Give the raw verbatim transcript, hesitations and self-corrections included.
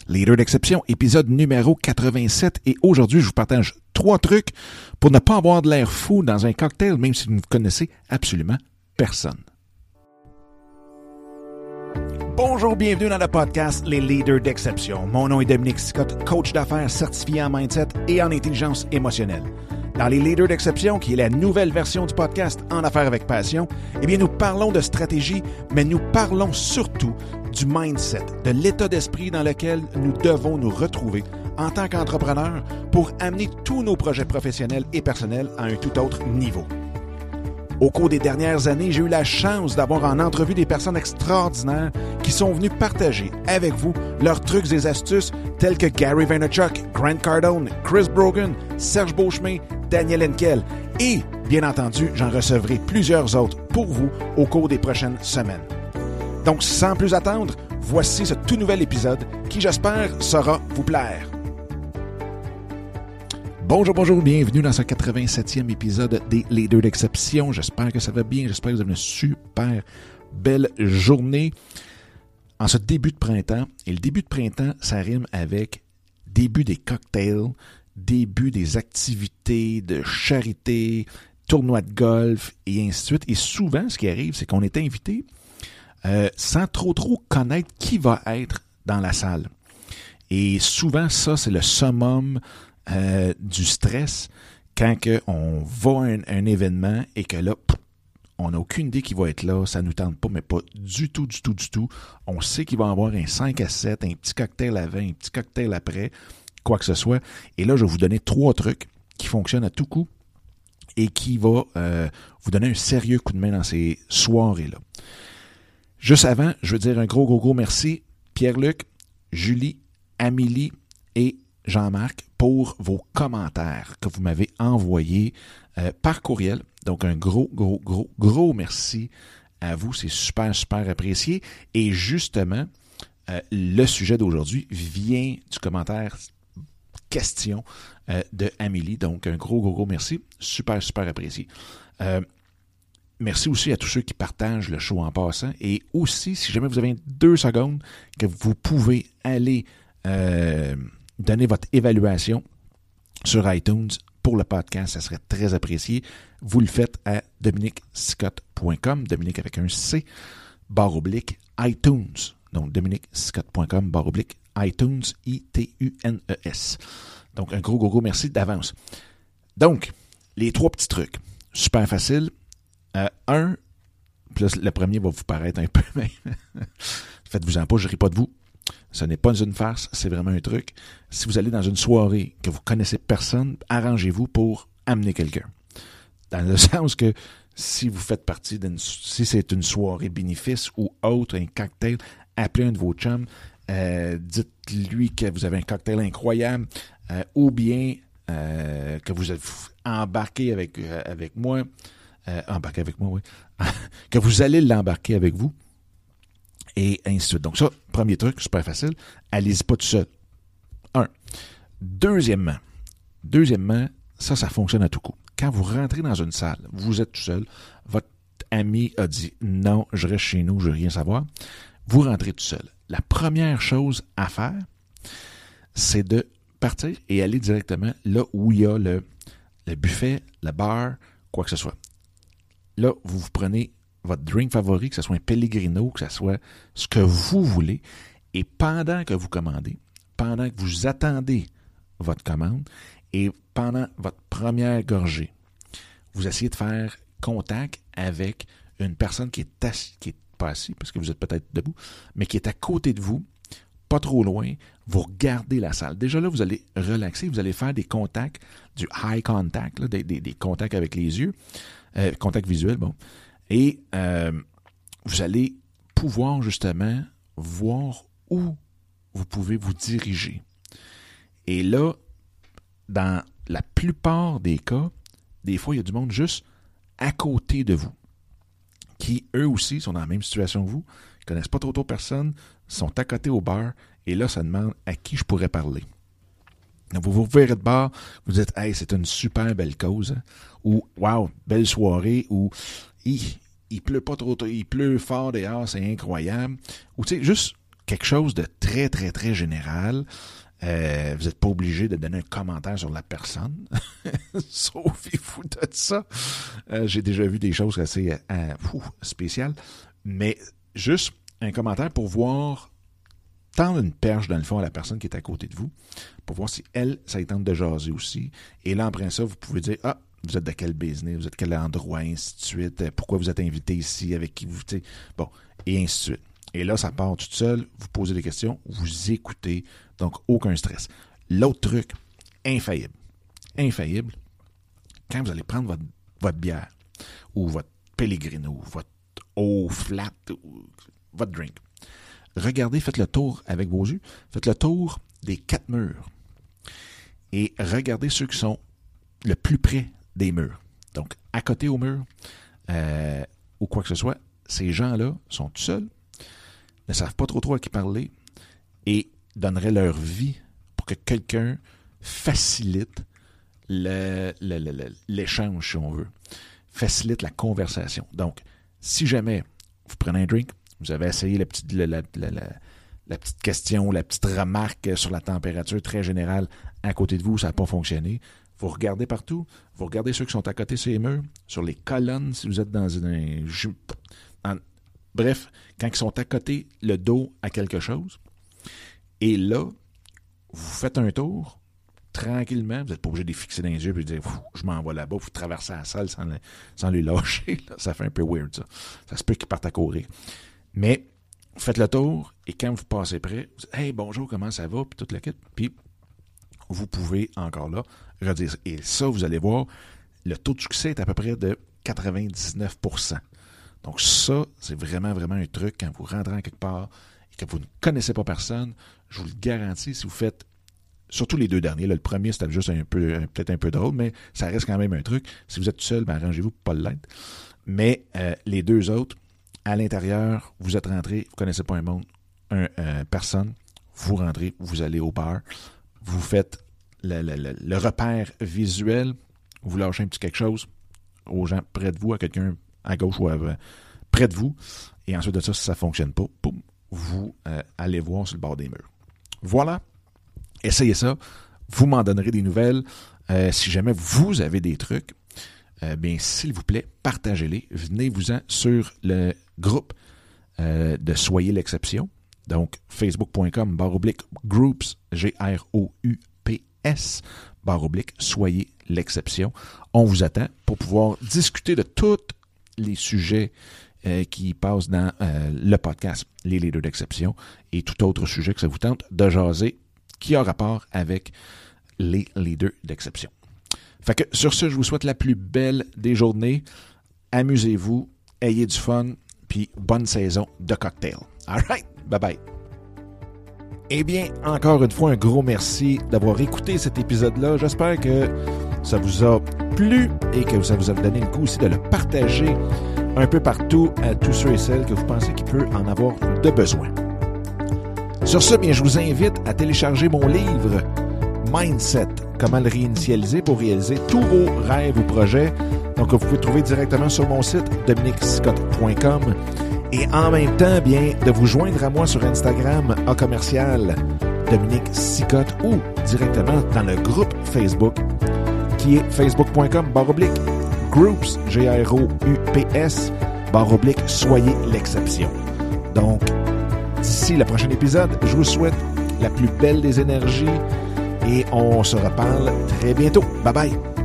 Leader d'exception, épisode numéro quatre-vingt-sept. Et aujourd'hui, je vous partage trois trucs pour ne pas avoir de l'air fou dans un cocktail, même si vous ne connaissez absolument personne. Bonjour, bienvenue dans le podcast Les Leaders d'exception. Mon nom est Dominique Scott, coach d'affaires certifié en mindset et en intelligence émotionnelle. Dans Les Leaders d'exception, qui est la nouvelle version du podcast En affaires avec passion, eh bien, nous parlons de stratégie, mais nous parlons surtout du mindset, de l'état d'esprit dans lequel nous devons nous retrouver en tant qu'entrepreneurs pour amener tous nos projets professionnels et personnels à un tout autre niveau. Au cours des dernières années, j'ai eu la chance d'avoir en entrevue des personnes extraordinaires qui sont venues partager avec vous leurs trucs et astuces tels que Gary Vaynerchuk, Grant Cardone, Chris Brogan, Serge Beauchemin, Daniel Henkel et, bien entendu, j'en recevrai plusieurs autres pour vous au cours des prochaines semaines. Donc, sans plus attendre, voici ce tout nouvel épisode qui, j'espère, saura vous plaire. Bonjour, bonjour, bienvenue dans ce quatre-vingt-septième épisode des Leaders d'exception. J'espère que ça va bien, j'espère que vous avez une super belle journée en ce début de printemps. Et le début de printemps, ça rime avec début des cocktails, début des activités de charité, tournois de golf et ainsi de suite. Et souvent, ce qui arrive, c'est qu'on est invité euh, sans trop trop connaître qui va être dans la salle. Et souvent, ça, c'est le summum Euh, du stress quand que on va à un, un événement et que là, pff, on n'a aucune idée qui va être là, ça ne nous tente pas, mais pas du tout, du tout, du tout. On sait qu'il va y avoir un cinq à sept, un petit cocktail avant, un petit cocktail après, quoi que ce soit. Et là, je vais vous donner trois trucs qui fonctionnent à tout coup et qui vont euh, vous donner un sérieux coup de main dans ces soirées-là. Juste avant, je veux dire un gros, gros, gros merci, Pierre-Luc, Julie, Amélie et Jean-Marc, pour vos commentaires que vous m'avez envoyés euh, par courriel. Donc, un gros, gros, gros, gros merci à vous. C'est super, super apprécié. Et justement, euh, le sujet d'aujourd'hui vient du commentaire question euh, de Amélie. Donc, un gros, gros, gros merci. Super, super apprécié. Euh, merci aussi à tous ceux qui partagent le show en passant. Et aussi, si jamais vous avez deux secondes, que vous pouvez aller Euh, donnez votre évaluation sur iTunes pour le podcast, ça serait très apprécié. Vous le faites à dominique scott point com, Dominique avec un C, barre oblique, iTunes. Donc, dominique scott point com, barre oblique, iTunes, I T U N E S. Donc, un gros, gros, gros merci d'avance. Donc, les trois petits trucs, super facile. Euh, un, plus le premier va vous paraître un peu, mais faites-vous en pas, je ne ris pas de vous. Ce n'est pas une farce, c'est vraiment un truc. Si vous allez dans une soirée que vous connaissez personne, arrangez-vous pour amener quelqu'un. Dans le sens que si vous faites partie d'une... Si c'est une soirée bénéfice ou autre, un cocktail, appelez un de vos chums, euh, dites-lui que vous avez un cocktail incroyable, euh, ou bien euh, que vous êtes embarqué avec, euh, avec moi, euh, embarqué avec moi, oui, que vous allez l'embarquer avec vous, et ainsi de suite. Donc ça, premier truc, super facile, allez-y pas tout seul. Un. Deuxièmement, deuxièmement, ça, ça fonctionne à tout coup. Quand vous rentrez dans une salle, vous êtes tout seul, votre ami a dit « Non, je reste chez nous, je veux rien savoir », vous rentrez tout seul. La première chose à faire, c'est de partir et aller directement là où il y a le, le buffet, le bar, quoi que ce soit. Là, vous vous prenez votre drink favori, que ce soit un Pellegrino, que ce soit ce que vous voulez. Et pendant que vous commandez, pendant que vous attendez votre commande et pendant votre première gorgée, vous essayez de faire contact avec une personne qui est assise, qui est pas assise, parce que vous êtes peut-être debout, mais qui est à côté de vous, pas trop loin, vous regardez la salle. Déjà là, vous allez relaxer, vous allez faire des contacts, du eye contact, là, des, des, des contacts avec les yeux, euh, contact visuel, bon. Et euh, vous allez pouvoir justement voir où vous pouvez vous diriger. Et là, dans la plupart des cas, des fois, il y a du monde juste à côté de vous, qui eux aussi sont dans la même situation que vous, ils ne connaissent pas trop trop personne, sont à côté au bar, et là, ça demande à qui je pourrais parler. Donc, vous vous verrez de bord, vous dites « Hey, c'est une super belle cause hein? » ou « Wow, belle soirée » ou « Il, il pleut pas trop, il pleut fort dehors, c'est incroyable » ou tu sais, juste quelque chose de très, très, très général. Euh, vous n'êtes pas obligé de donner un commentaire sur la personne. Sauvez-vous de ça. Euh, j'ai déjà vu des choses assez euh, fou, spéciales. Mais juste un commentaire pour voir, tendre une perche dans le fond à la personne qui est à côté de vous, pour voir si elle, ça lui tente de jaser aussi. Et là, après ça, vous pouvez dire, ah, vous êtes de quel business, vous êtes de quel endroit, ainsi de suite, pourquoi vous êtes invité ici, avec qui vous, tu sais, bon, et ainsi de suite. Et là, ça part tout seul, vous posez des questions, vous écoutez, donc aucun stress. L'autre truc, infaillible, infaillible, quand vous allez prendre votre, votre bière, ou votre Pellegrino, votre eau flat, ou votre drink, regardez, faites le tour avec vos yeux, faites le tour des quatre murs, et regardez ceux qui sont le plus près des murs. Donc, à côté au mur, euh, ou quoi que ce soit, ces gens-là sont tout seuls, ne savent pas trop trop à qui parler et donneraient leur vie pour que quelqu'un facilite le, le, le, le, l'échange, si on veut, facilite la conversation. Donc, si jamais vous prenez un drink, vous avez essayé la petite, la, la, la, la, la petite question, la petite remarque sur la température très générale à côté de vous, ça n'a pas fonctionné. Vous regardez partout, vous regardez ceux qui sont à côté sur les murs, sur les colonnes, si vous êtes dans une... Dans, bref, quand ils sont à côté, le dos à quelque chose, et là, vous faites un tour, tranquillement, vous n'êtes pas obligé de les fixer dans les yeux et de dire « je m'en vais là-bas », vous traversez la salle sans, sans les lâcher, là. Ça fait un peu weird, ça. Ça se peut qu'ils partent à courir. Mais, faites le tour, et quand vous passez près, vous dites « hey, bonjour, comment ça va », puis toute la quête, puis vous pouvez encore là redire. Et ça, vous allez voir, le taux de succès est à peu près de quatre-vingt-dix-neuf pour cent. Donc ça, c'est vraiment, vraiment un truc quand vous rentrez en quelque part et que vous ne connaissez pas personne, je vous le garantis, si vous faites, surtout les deux derniers, là, le premier, c'était juste un peu, peut-être un peu drôle, mais ça reste quand même un truc. Si vous êtes tout seul, ben, arrangez-vous pour ne pas l'être. Mais euh, les deux autres, à l'intérieur, vous êtes rentrés, vous ne connaissez pas un monde, un, euh, personne, vous rentrez, vous allez au bar, vous faites le, le, le, le repère visuel, vous lâchez un petit quelque chose aux gens près de vous, à quelqu'un à gauche ou à, euh, près de vous, et ensuite de ça, si ça ne fonctionne pas, boum, vous euh, allez voir sur le bord des murs. Voilà, essayez ça, vous m'en donnerez des nouvelles. Euh, si jamais vous avez des trucs, euh, bien, s'il vous plaît, partagez-les, venez-vous-en sur le groupe euh, de Soyez l'exception. Donc, facebook.com, barre oblique, groups, G R O U P S, barre oblique, soyez l'exception. On vous attend pour pouvoir discuter de tous les sujets euh, qui passent dans euh, le podcast Les Leaders d'Exception et tout autre sujet que ça vous tente de jaser qui a rapport avec les Leaders d'Exception. Fait que sur ce, je vous souhaite la plus belle des journées. Amusez-vous, ayez du fun, puis bonne saison de cocktail. All right? Bye-bye. Eh bien, encore une fois, un gros merci d'avoir écouté cet épisode-là. J'espère que ça vous a plu et que ça vous a donné le coup aussi de le partager un peu partout à tous ceux et celles que vous pensez qu'il peut en avoir de besoin. Sur ce, bien, je vous invite à télécharger mon livre Mindset, comment le réinitialiser pour réaliser tous vos rêves ou projets. Donc, vous pouvez trouver directement sur mon site dominique sicotte point com. Et en même temps, bien, de vous joindre à moi sur Instagram à commercial Dominique Sicotte ou directement dans le groupe Facebook qui est facebook.com barre oblique groups, G R O U P S, barre oblique, soyez l'exception. Donc, d'ici le prochain épisode, je vous souhaite la plus belle des énergies et on se reparle très bientôt. Bye bye!